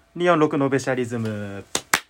246ノベシャリズム。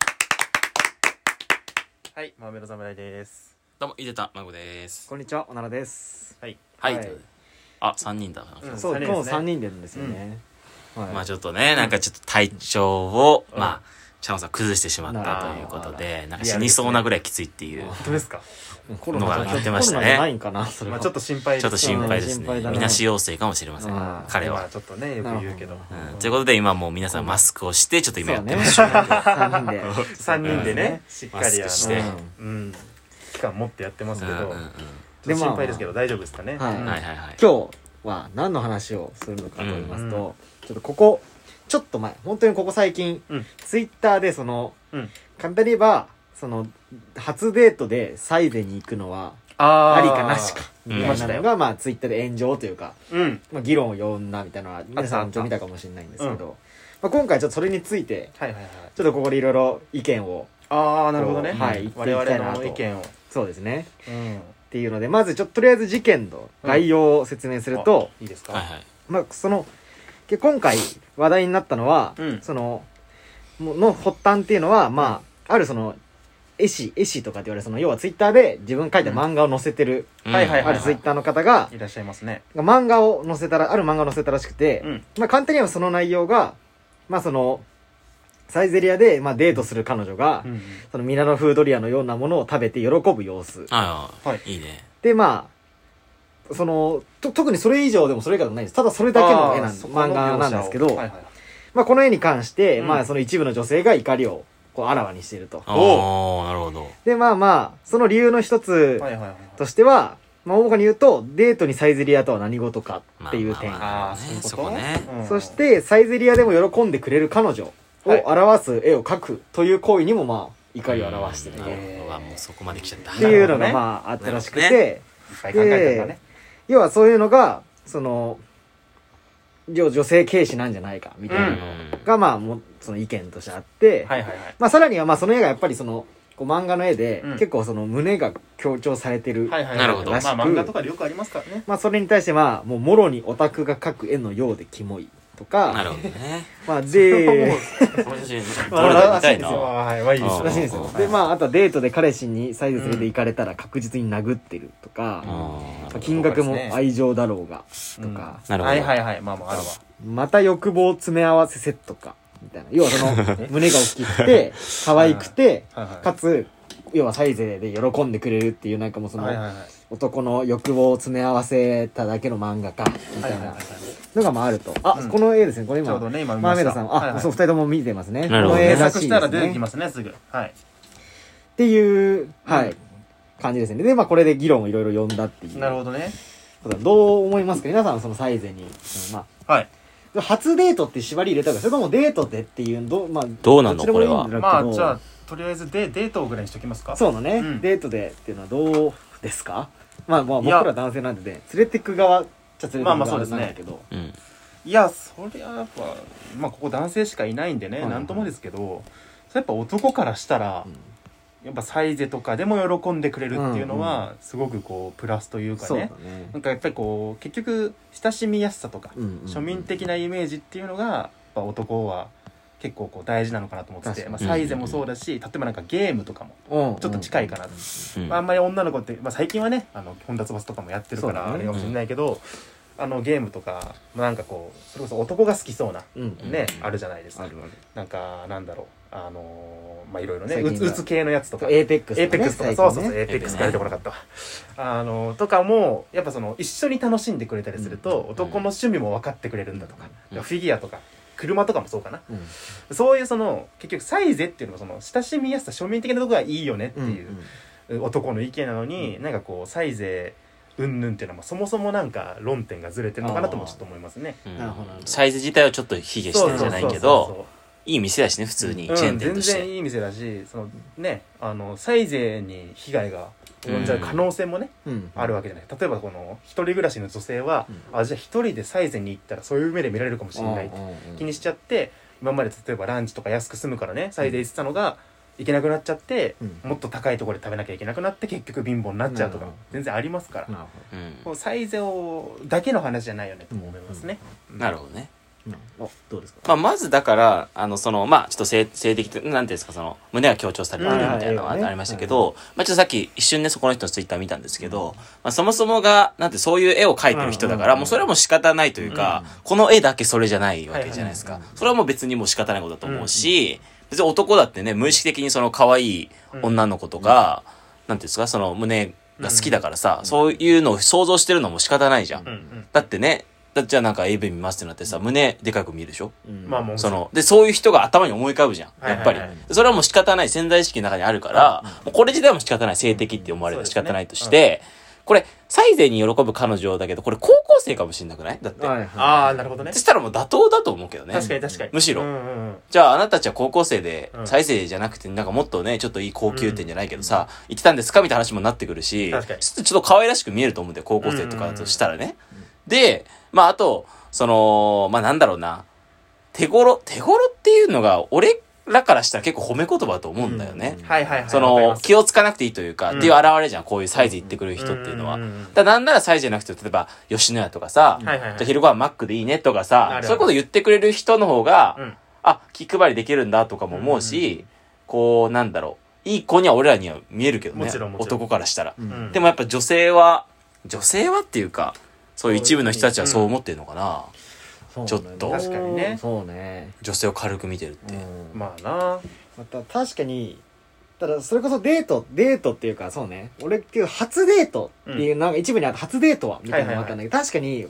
はい、マーメイド侍です。 どうも、いでたまごです。 こんにちは、おならです。 はい。 はい。 はいあ、3人だな。 そう、 三人ですね今日3人でるんですよね。はいまあちょっとね、なんかちょっと体調を、 うんまあ、チャンさん崩してしまったなるほどということで、なんかリアルですね死にそうなぐらいきついっていう、 本当ですか？ コロナじゃのが言ってましたねコロナじゃないんかな、それは。 まあちょっと心配です。 ちょっと心配ですね。 心配だねみなし陽性かもしれませんあ。ー彼はまあ。ちょっとね、よく言うけど。 ということで今もう皆さんマスクをして、ちょっと今やってそうね。 ます。 3人で。 3人でね、しっかりマスクしてうん期間持ってやってますけど、 うんうんうんちょっと心配ですけど大丈夫ですかね。 はいうんはいはいはい。 今日は何の話をするのかと言いますと、ちょっとここ、ちょっと前、本当にここ最近、 うんツイッターでその、 うん簡単に言えば、その、初デートでサイゼに行くのは、 あありかなしか、 うんみたいなのが、まあツイッターで炎上というか、 うんまあ、議論を呼んだみたいなのは皆さんあった見たかもしれないんですけど、 うんまあ、今回ちょっとそれについてはいはいはい。 ちょっとここでいろいろ意見をああなるほどね。 はい言ってい我きたいなと 々の意見を。 そうですねうん。 っていうのでまずちょっととりあえず事件の概要を説明すると、 いいですか？ はいはい。 まあその今回話題になったのは、 うんそのの発端っていうのはまああるその絵師とかって言われるその要はツイッターで自分書いた漫画を載せてる、 うんはいはいはいあるツイッターの方がいらっしゃいますね。 漫画を載せたらある漫画を載せたらしくて、 うんまあ簡単に言えばその内容がまあそのサイゼリアでまあデートする彼女が、 うんそのミラノ風ドリアのようなものを食べて喜ぶ様子ああ、 はいいいね。 でまあその特にそれ以上でもそれ以下でもないんです。ただそれだけの絵なん漫画なんですけど、 はいはいはい。 まあこの絵に関して、 うんまあその一部の女性が怒りをこうあらわにしていると。 ああ、なるほど。 でまあその理由の一つはいはいはい。 としては、まあ大まかに言うとデートにサイゼリアとは何事かっていう点、 ああ、 ねそういうことそこねうんそしてサイゼリアでも喜んでくれる彼女をはい表す絵を描くという行為にもまあ怒りを表していると、 なるほど。うわもうそこまで来ちゃった。 っていうのがなるほどねまああったらしくなるて、 いっぱい考えたんだね。 要はそういうのがその女性軽視なんじゃないかみたいなのがまあもうその意見としてあって、 はいはいはい。 まあさらにはまあその絵がやっぱりそのこう漫画の絵でうん結構その胸が強調されてる、 はいはいはい。 なるほどまあ漫画とかでよくありますからね。 まあそれに対してまあもうもろにオタクが描く絵のようでキモいとか、 なるほどね。 まあでこの写真、 まあどれだ見たいな。 はい、まあいいですよ。 らしいんですよ。 うんでまああとはデートで彼氏にサイズ連れて行かれたら確実に殴ってるとか、 あまあ金額も愛情だろうがとか、 なるほどはいはいはい。まあまああるわ。 また欲望詰め合わせセットかみたいな。要はその胸が大きくて可愛くてはいはい。 かつ要はサイゼで喜んでくれるっていうなんかもうその、 はいはいはい。 男の欲望を詰め合わせただけの漫画かみたいなはいはいはい。 のがまああると。あ、 うんこの絵ですね。これ今ちょうどね、今見マーメイドさん、 ました。はいはいそう二人とも見てますね。 なるほどこの絵検らしいです索したら出てきね。 ますね、すぐ。はい。 っていうはい、 うん感じですね。でまあこれで議論をいろいろ呼んだっていう。 なるほどね。 ことはどう思いますか皆さんそのサイゼに、まはい。 あ初デートって縛り入れたかそれともデートでっていうまあどうなのどっちでもいいんだけどまあじゃあ、とりあえずデートぐらいにしときますか。 そうのね、 うんデートでっていうのはどうですか。まあ僕いやら男性なんでね連れてく側じゃ連れてくまあま側あそうですねなんだけど、 うん。 いや、そりゃやっぱ、まあここ男性しかいないんでね、 はいなんともですけど、それやっぱ男からしたら、やっぱサイゼとかでも喜んでくれるっていうのは、すごくこう、プラスというかそうだね。 ねなんかやっぱりこう、結局、親しみやすさとか、 うんうんうん庶民的なイメージっていうのが、やっぱ男は結構こう大事なのかなと思ってて、 確かにまあ、サイゼもそうだし、例えばなんかゲームとかも、 ちちょっと近いかなうんまあ、あんまり女の子って、まあ、最近はね本田翼とかもやってるかそうだねらあれかもしれないけど、ゲームとか、まあ、なんかこうそれこそ男が好きそうな、 うんねうんあるじゃないですか。 あるあるなんかなんだろうまあいろいろね最近はうつ系のやつとかエーペックスエーペックスとか、そうそうそうエーペックスが出てこなかったわとかもやっぱその一緒に楽しんでくれたりすると、男の趣味も分かってくれるんだとか、 うんフィギュアとか車とかもそうかな、 うんそういうその結局サイゼっていうのはその親しみやすさ庶民的なところがいいよねっていう、男の意見なのに、なんかこうサイゼうんぬんっていうのはそもそもなんか論点がずれてるのかなともちょっと思いますね。 うんなるほどサイズ自体をちょっと卑下してるんじゃないけど、いい店だしね、普通にチェーン店全として。 然いい店だし、そのねサイゼに被害が及んじゃう可能性もね、あるわけじゃない。例えばこの一人暮らしの女性は、じゃあ一人でサイゼに行ったらそういう目で見られるかもしれないって気にしちゃって、今まで例えばランチとか安く済むからねサイゼ行ってたのが行けなくなっちゃって、もっと高いところで食べなきゃいけなくなって結局貧乏になっちゃうとか全然ありますから、 なるほうんもうサイゼをだけの話じゃないよねとも思いますね。 なるほどね。 どうですか。 まあ、まずだから、まあ、ちょっと性的、なんていうんですか、胸が強調されてるみたいなのがありましたけど、まあ、ちょっとさっき一瞬ね、そこの人のツイッター見たんですけど、まあ、そもそもが、なんてそういう絵を描いてる人だから、もうそれはもう仕方ないというか、この絵だけそれじゃないわけじゃないですか。それはもう別にもう仕方ないことだと思うし、別に男だってね、無意識的にその可愛い女の子とか、なんていうんですか、その胸が好きだからさ、そういうのを想像してるのも仕方ないじゃん。だってね、じゃあなんか AV 見ますってなってさ、胸でかく見るでしょ、 まあもうそういう人が頭に思い浮かぶじゃん。やっぱり。それはもう仕方ない潜在意識の中にあるから、もうこれ自体も仕方ない性的って思われる仕方ないとして、これ、サイゼに喜ぶ彼女だけど、これ高校生かもしんなくないだって。 ああ、なるほどね。 そしたらもう妥当だと思うけどね。 確かに確かに。 むしろ。じゃああなたたちは高校生で、サイゼじゃなくて、なんかもっとね、ちょっといい高級店じゃないけどさ、行ってたんですかみたいな話もなってくるし、ちょっと可愛らしく見えると思うんだよ、高校生とかだとしたらね。で、まああと、まあなんだろうな、手頃っていうのが、俺らからしたら結構褒め言葉だと思うんだよね。気をつかなくていいというか、っていう現れじゃん、こういうサイズ言ってくる人っていうのは。なんならサイズじゃなくて、例えば、吉野家とかさ、じゃあ昼ご飯マックでいいねとかさ、そういうこと言ってくれる人の方が、気配りできるんだとかも思うし、こう、なんだろう、いい子には俺らには見えるけどね、男からしたら。でもやっぱ女性はっていうか、そういう一部の人たちはそう思ってるのかな。ちょっと確かにね。 そうね。 女性を軽く見てるって。 まあな。 また確かに、ただそれこそデートっていうか、そうね。俺っていう初デートっていう、なんか一部にあった初デートはみたいなのがあったんだけど、確かに、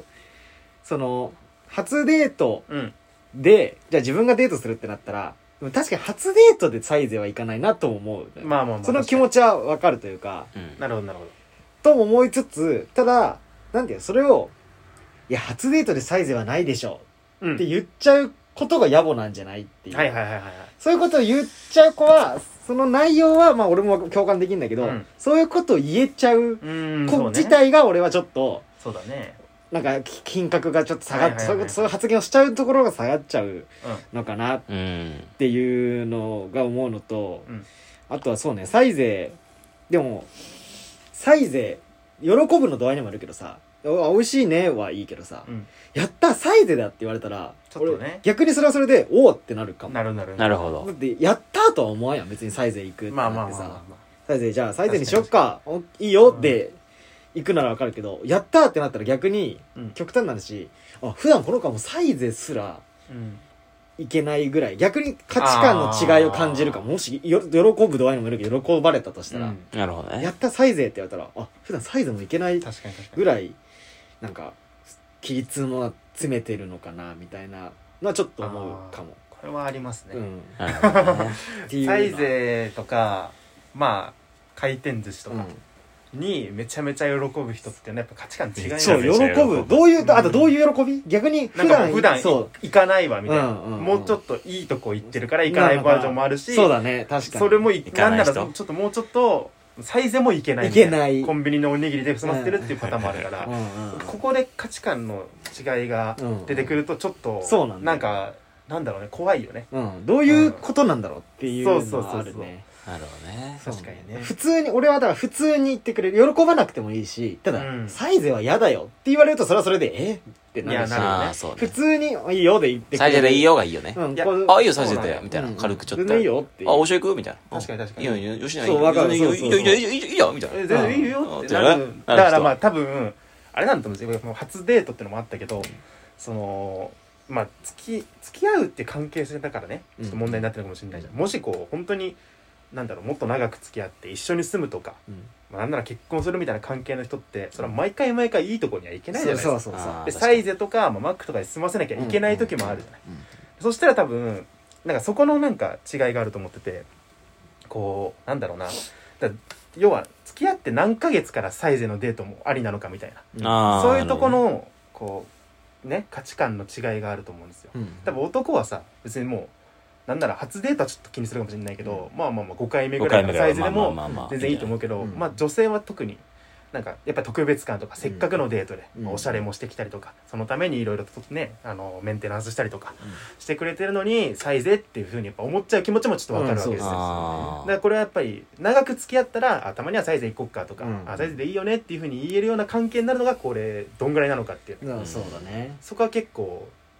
初デートで、じゃあ自分がデートするってなったら、確かに初デートでサイゼはいかないなと思う。 まあまあまあ。 その気持ちはわかるというか。 なるほどなるほど。 とも思いつつ、ただ、なんていうそれを、いや、初デートでサイゼはないでしょって言っちゃうことが野暮なんじゃないっていう。そういうことを言っちゃう子は、その内容は、まあ俺も共感できるんだけど、そういうことを言えちゃう子自体が俺はちょっと、 そうだね。 なんか、品格がちょっと下がって、そういう発言をしちゃうところが下がっちゃうのかなっていうのが思うのと、あとはそうね、サイゼ、でも、サイゼ、喜ぶの度合いにもあるけどさ、美味しいねはいいけどさ、やったサイゼだって言われたら、俺逆にそれはそれでおーってなるかも。 なるほど。 だってやったとは思わんやん、別にサイゼ行くってなってさ、サイゼじゃあサイゼにしよっか、いいよって行くならわかるけど、やったってなったら逆に極端になるし、普段この子はもうサイゼすらいけないぐらい、逆に価値観の違いを感じるかも。もし喜ぶ度合いにもよるけど喜ばれたとしたら、 なるほどね。 やったサイゼって言われたら、普段サイゼもいけないぐらいなんか規律も詰めてるのかなみたいなのはちょっと思うかも。 これはありますね。 サイゼとか、まあ回転寿司とかにめちゃめちゃ喜ぶ人っていうのはやっぱ価値観違いますね。そう、喜ぶ。あとどういう喜び？逆に普段行かないわみたいな。もうちょっといいとこ行ってるから行かないバージョンもあるし、 そうだね、確かに。 それもなんならちょっともうちょっとサイゼもいけないみたいな。コンビニのおにぎりで済ませてるっていうパターンもあるから、ここで価値観の違いが出てくるとちょっとなんかなんだろうね、怖いよね。 どういうことなんだろうっていうのはあるね。 なるほどね。 確かにね。 普通に、俺はだから普通に言ってくれる。喜ばなくてもいいし、ただ、サイゼは嫌だよって言われるとそれはそれで、ってなるし、普通にいいよで言ってくれる。 サイゼでいいよがいいよね。いいよサイゼで、みたいな。軽くちょっと。 全然いいよって。 おしょ行くみたいな。 確かに確かに。 いいよ、よしない。 そう、わかる。 いいよ、みたいな。 全然いいよってなる。だからまあ多分、あれなんだと思うんですよ。初デートってのもあったけど、まあ、付き合うって関係性だからね、ちょっと問題になってるかもしれないじゃん。もしこう、本当に、なんだろう、もっと長く付き合って一緒に住むとか、なんなら結婚するみたいな関係の人って、それは毎回いいとこには行けないじゃないですか。で、サイゼとか、マックとかで済ませなきゃいけない時もあるじゃない。そしたら多分、なんかそこのなんか違いがあると思ってて、こう、なんだろうな。要は、付き合って何ヶ月からサイゼのデートもありなのかみたいな。そういうとこの、こう、ね、価値観の違いがあると思うんですよ。多分男はさ、別にもう、なんなら初デートはちょっと気にするかもしれないけど、まあ5回目ぐらいのサイズでも全然いいと思うけど、まあ女性は特になんかやっぱり特別感とか、せっかくのデートでおしゃれもしてきたりとか、そのためにいろいろとね、メンテナンスしたりとかしてくれてるのにサイゼっていう風にやっぱ思っちゃう気持ちもちょっとわかるわけですよ。だからこれはやっぱり長く付き合ったら、たまにはサイゼ行こっかとか、サイゼでいいよねっていう風に言えるような関係になるのがこれどんぐらいなのかっていう。 そうだね。 そこは結構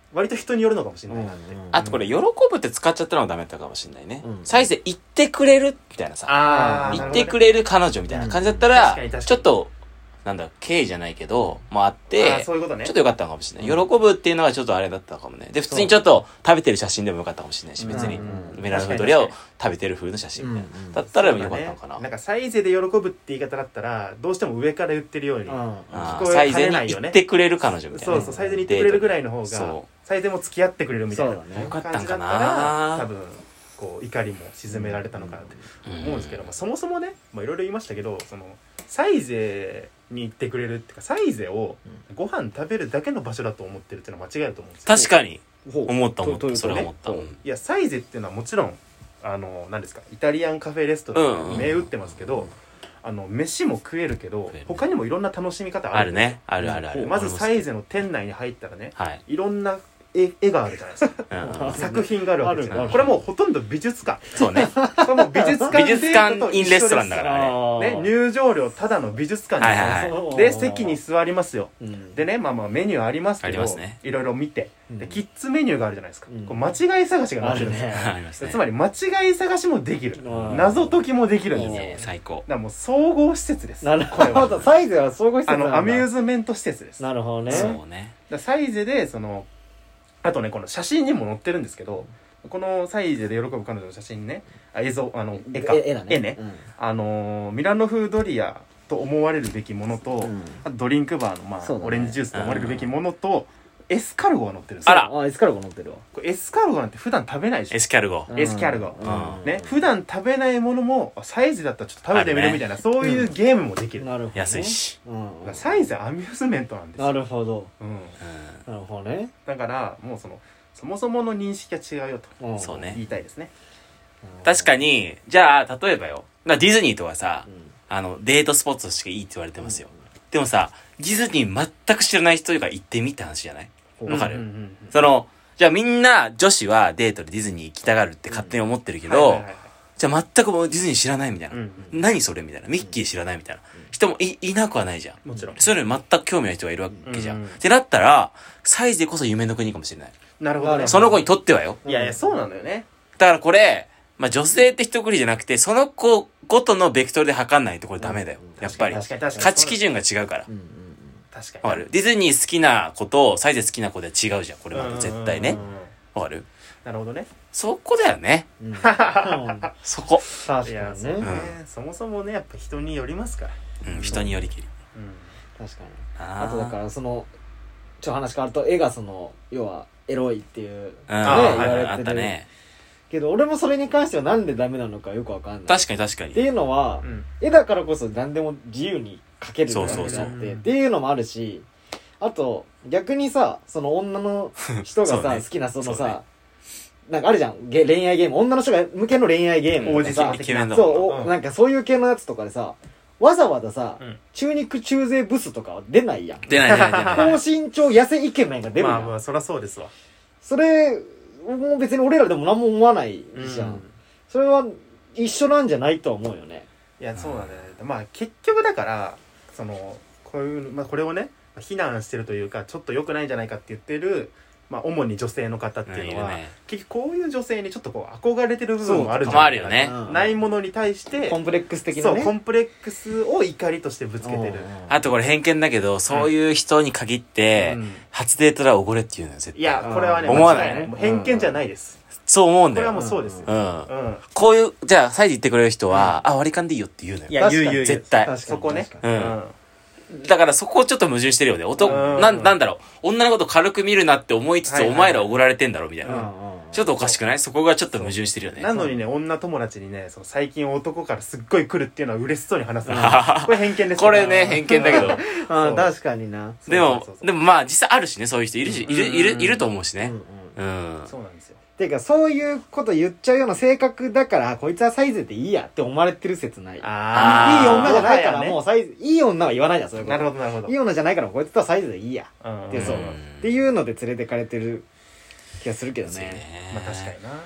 割と人によるのかもしれないなって、 あとこれ喜ぶって使っちゃったのがダメだったかもしれないね、サイゼ言ってくれるみたいなさ、言ってくれる彼女みたいな感じだったら、ちょっとなんだ敬意じゃないけどもあって、 そういうことね、 ちょっとよかったのかもしれない、喜ぶっていうのはちょっとあれだったかもね。で普通にちょっと食べてる写真でもよかったかもしれないし、別にメラルフードリアを食べてる風の写真みたいな、だったらよかったのかな。 なんかサイゼで喜ぶって言い方だったらどうしても上から言ってるように聞こサイえかねないよね。 ゼに言ってくれる彼女みたいな、 そうそう、サイゼに言ってくれるぐらいの方がサイゼも付き合ってくれるみたいな感じだったら多分こう怒りも鎮められたのかなって思うんですけど、そもそもねいろいろ言いましたけど、そのサイゼに行ってくれるっていうか、サイゼをご飯食べるだけの場所だと思ってるっていうのは間違いだと思うんですよ。 確かに思ったそれは思った。いやサイゼっていうのはもちろん何ですか、イタリアンカフェレストラン銘打ってますけど、飯も食えるけど他にもいろんな楽しみ方あるんですよ。 あるね、ある。 まずサイゼの店内に入ったらね、いろんな絵があるじゃないですか作品があるわけですよ。これもうほとんど美術館。 そうね、これも美術館インレストランだからね。 入場料ただの美術館で席に座りますよ。でね、まあメニューありますけど、いろいろ見て、キッズメニューがあるじゃないですか。間違い探しがなってるんですよ。つまり間違い探しもできる、謎解きもできるんですよ。 最高。 だからもう総合施設です。 なるほど、サイゼは総合施設なんだ。 アミューズメント施設です。 なるほどね。 そうね。 サイゼであとね、この写真にも載ってるんですけど、このサイゼで喜ぶ彼女の写真ね、映像、絵ね、ミラノ風ドリアと思われるべきものと、あとドリンクバーのオレンジジュースと思われるべきものと、エスカルゴが載ってるんですよ。 あら、エスカルゴ載ってるわ。 エスカルゴなんて普段食べないでしょ。 エスキャルゴね、普段食べないものもサイズだったらちょっと食べてみるみたいな、そういうゲームもできる。 なるほど。 安いし。 サイズアミューズメントなんですよ。 なるほど。なるほどね。 だからもうそもそもの認識が違うよと、 そうね、 言いたいですね。 確かに。じゃあ例えばよ、ディズニーとかさ、デートスポットとしていいって言われてますよ。でもさ、ディズニー全く知らない人が行ってみって話じゃない？わかる？じゃあみんな女子はデートでディズニー行きたがるって勝手に思ってるけど、じゃあ全くもうディズニー知らないみたいな、何それみたいな、ミッキー知らないみたいな人も いなくはないじゃん。 もちろんそういうのに全く興味ない人がいるわけじゃん、ってなったらサイズでこそ夢の国かもしれない。 なるほどね。 その子にとってはよ。 いやいや、そうなんだよね。 だからこれ、女性って一括りじゃなくて、その子ごとのベクトルで測んないとこれダメだよ、やっぱり。価値基準が違うから。 確かに。 わかる？ディズニー好きな子とサイゼ好きな子では違うじゃん、これまで絶対ね。わかる？ なるほどね。 そこだよね。そこ。 確かにね。 そもそもね、やっぱ人によりますから。 人によりきり。 確かに。あとだからちょっと話変わると、絵が要はエロいっていう言われてるけど、俺もそれに関してはなんでダメなのかよくわかんない。 確かに。 っていうのは、絵だからこそ何でも自由に描けるわけであってっていうのもあるし、あと逆にさ、女の人がさ好きなさ、なんかあるじゃん、恋愛ゲーム、女の人が向けの恋愛ゲームとかさ、なんかそういう系のやつとかでさ、わざわざさ、中肉中背ブスとかは出ないやん。 出ない。 高身長痩せイケメンが出るやん。 まあそりゃそうですわ。 それもう別に俺らでも何も思わないじゃん。それは一緒なんじゃないとは思うよね。 いや、そうなんだよね。まあ結局だからこういうこれをね非難してるというか、ちょっと良くないんじゃないかって言ってる、主に女性の方っていうのは、結局こういう女性にちょっと憧れてる部分もあるじゃん。 あるよね。 ないものに対してコンプレックス的なね。 コンプレックスを怒りとしてぶつけてる。 あとこれ偏見だけど、そういう人に限って初デートではおごれって言うのよ、絶対。 いや、これはね、 思わないね。 偏見じゃないです。 そう思うんだよ。 これはもうそうですよ。 こういうじゃあサイズ言ってくれる人は、割り勘でいいよって言うのよ。 いや、言う絶対。 そこね。 だからそこをちょっと矛盾してるよね。なんだろう。女のこと軽く見るなって思いつつ、お前らおごられてんだろみたいな。ちょっとおかしくない？そこがちょっと矛盾してるよね。 なのにね、女友達にね、最近男からすっごい来るっていうのは嬉しそうに話す。これ偏見です。 これね、偏見だけど。 確かにな。 でも実際あるしね、そういう人いると思うしね。 そうなんですよ。 ていうか、そういうこと言っちゃうような性格だから、こいつはサイズでいいやって思われてる説ない。いい女じゃないからもういい女は言わないじゃん、そういうこと。 なるほど、なるほど。 いい女じゃないからこいつとはサイズでいいや。っていうので連れてかれてる気がするけどね。 まあ確かにな。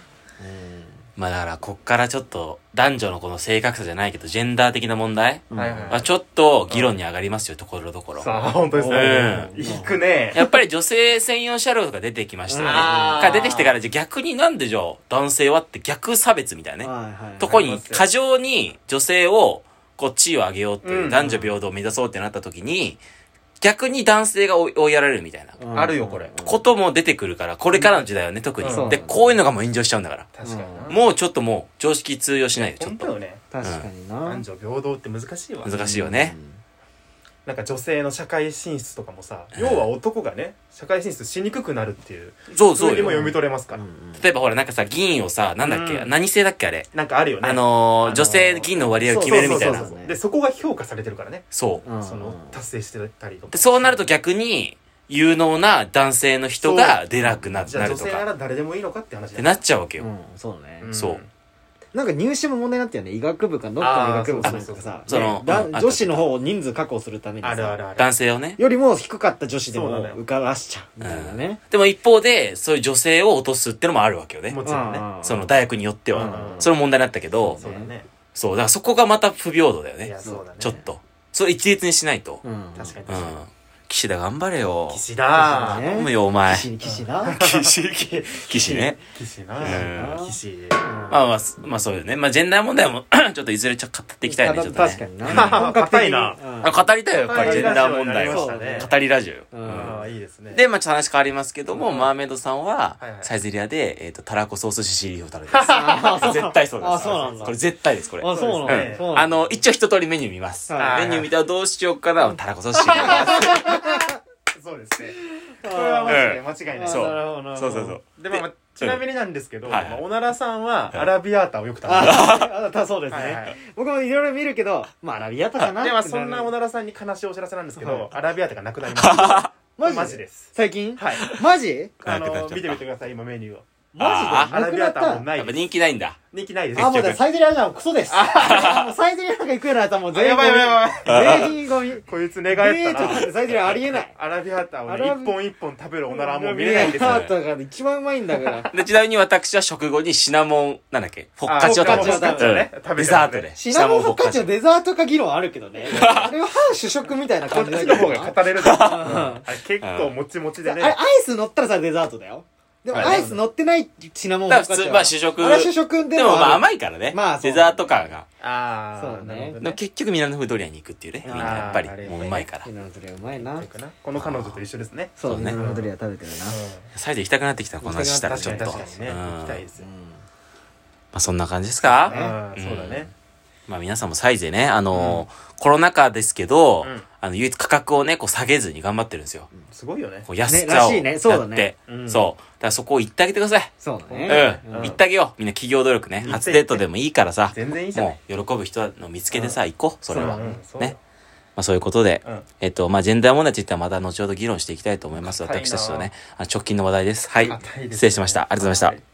まあだからこっからちょっと男女のこの正確さじゃないけどジェンダー的な問題はちょっと議論に上がりますよ、ところどころ。 さあ本当ですね。行くね。 やっぱり女性専用車両とか出てきましたよね。から出てきてから、じゃ逆になんでじゃあ男性はって逆差別みたいなね。とこに過剰に女性をこう地位を上げようっていう男女平等を目指そうってなった時に、逆に男性が追いやられるみたいな。 あるよ、これ。 ことも出てくるから、これからの時代はね、特に。で、こういうのがもう炎上しちゃうんだから。 確かに。 もうちょっともう、常識通用しないよ、ちょっと。 本当よね。 確かにな。 男女平等って難しいわ。 難しいよね。 なんか女性の社会進出とかもさ、要は男がね、社会進出しにくくなるっていう。 そうそれにも読み取れますから。 例えばほら、なんかさ、議員をさ、なんだっけ、何制だっけあれ。 なんかあるよね。 女性議員の割合を決めるみたいな。 で、そこが評価されてるからね。 そう。 その、達成してたりとか。 で、そうなると逆に、有能な男性の人が出なくなるとか。 じゃあ女性なら誰でもいいのかって話ってなっちゃうわけよ。 そうね。 そう。 なんか入試も問題になったよね。医学部かどっかの医学部かとかさ、女子の方を人数確保するためにさ、 男性をねよりも低かった女子でも受からしちゃうみたいなね。 でも一方でそういう女性を落とすってのもあるわけよね。 もちろんね。 その大学によってはそれも問題になったけど、そうだからそこがまた不平等だよね。ちょっとそれ一律にしないと。 確かに。 岸田頑張れよ。 岸田頼むよお前。 岸な。 岸ね。 岸な。岸。 まあそうよね。まあジェンダー問題もちょっといずれ語っていきたいね、ちょっとね。 確かにな。本格的な。 語りたいよ、やっぱりジェンダー問題は。語りラジオよ。 いいですね。 で、まあちょっと話変わりますけども、マーメイドさんは、サイゼリアで、たらこソースシシリーを食べてます。絶対そうです。 あ、そうなんだ。 これ絶対です、これ。 あ、そうなんだ。 一応一通りメニュー見ます。メニュー見たらどうしようかな、たらこソースシシリー。 そうですね。これはマジで間違いない。 そう。そう。 で、まあ、ちなみになんですけど、おならさんはアラビアータをよく食べます。そうですね。僕もいろいろ見るけど、まあアラビアータかな。 でもそんなおならさんに悲しいお知らせなんですけど、アラビアータがなくなりました。マジです。 最近？ はい。 マジ？ 見てみてください、今メニューを。 マジでアラビアータはもうない。 やっぱ人気ないんだ。 人気ないです。 もうサイゼリアじゃん、クソです。サイゼリアなんか行くようなやつはもう全員ゴミ。全員ゴミ。 こいつ寝返ったな。 サイゼリアありえない。 アラビアータを一本一本食べるおならはもう見れないんですよ。 アラビアータが一番うまいんだから。 で、ちなみに私は食後にシナモン、なんだっけ、フォッカチを食べてます。デザートで。 シナモンフォッカチはデザートか議論あるけどね。あれは半主食みたいな感じだけど。 こっちの方が語れるだろ。結構もちもちでね。 あれアイス乗ったらさデザートだよ。でもアイス乗ってないシナモンフォッカチは。 普通、まあ主食。 あれ主食でも。 でもまあ甘いからね。まあデザート感が。 ああ。 そうね。 でも結局ミラノ風ドリアに行くっていうね。みんなやっぱりもううまいから。 ミラノ風ドリアうまいな。 この彼女と一緒ですね。 そうね。ミラノ風ドリア食べてるな。 サイズ行きたくなってきたこの話したらちょっと。 確かにね。行きたいですよ。 まあそんな感じですか？ そうだね。 まあ皆さんもサイゼね、コロナ禍ですけど、唯一価格をね、こう下げずに頑張ってるんですよ。 すごいよね。 こう安さをやって。そうだね。そう。だからそこを言ってあげてください。 そうだね。 言ってあげよう。みんな企業努力ね。初デートでもいいからさ。 全然いいじゃん。もう喜ぶ人の見つけてさ、行こう。それは。ね。まあそういうことで、まあジェンダー問題についてはまた後ほど議論していきたいと思います。私たちとね、直近の話題です。はい。失礼しました。ありがとうございました。